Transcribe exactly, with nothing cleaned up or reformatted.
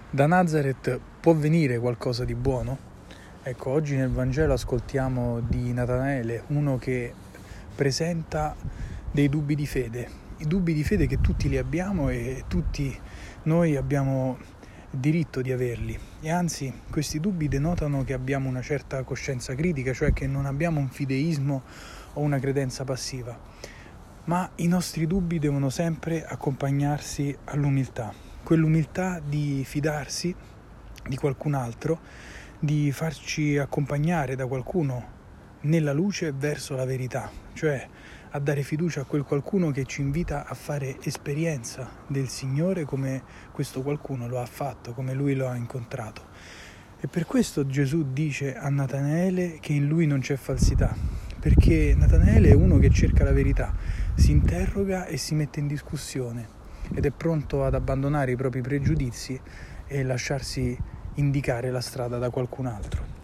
Da Nazareth può venire qualcosa di buono? Ecco, oggi nel Vangelo ascoltiamo di Natanaele, uno che presenta dei dubbi di fede, i dubbi di fede che tutti li abbiamo e tutti noi abbiamo diritto di averli. E anzi, questi dubbi denotano che abbiamo una certa coscienza critica, cioè che non abbiamo un fideismo o una credenza passiva. Ma i nostri dubbi devono sempre accompagnarsi all'umiltà, quell'umiltà di fidarsi di qualcun altro, di farci accompagnare da qualcuno nella luce verso la verità, cioè a dare fiducia a quel qualcuno che ci invita a fare esperienza del Signore come questo qualcuno lo ha fatto, come Lui lo ha incontrato. E per questo Gesù dice a Natanaele che in Lui non c'è falsità, perché Natanaele è uno che cerca la verità, si interroga e si mette in discussione ed è pronto ad abbandonare i propri pregiudizi e lasciarsi indicare la strada da qualcun altro.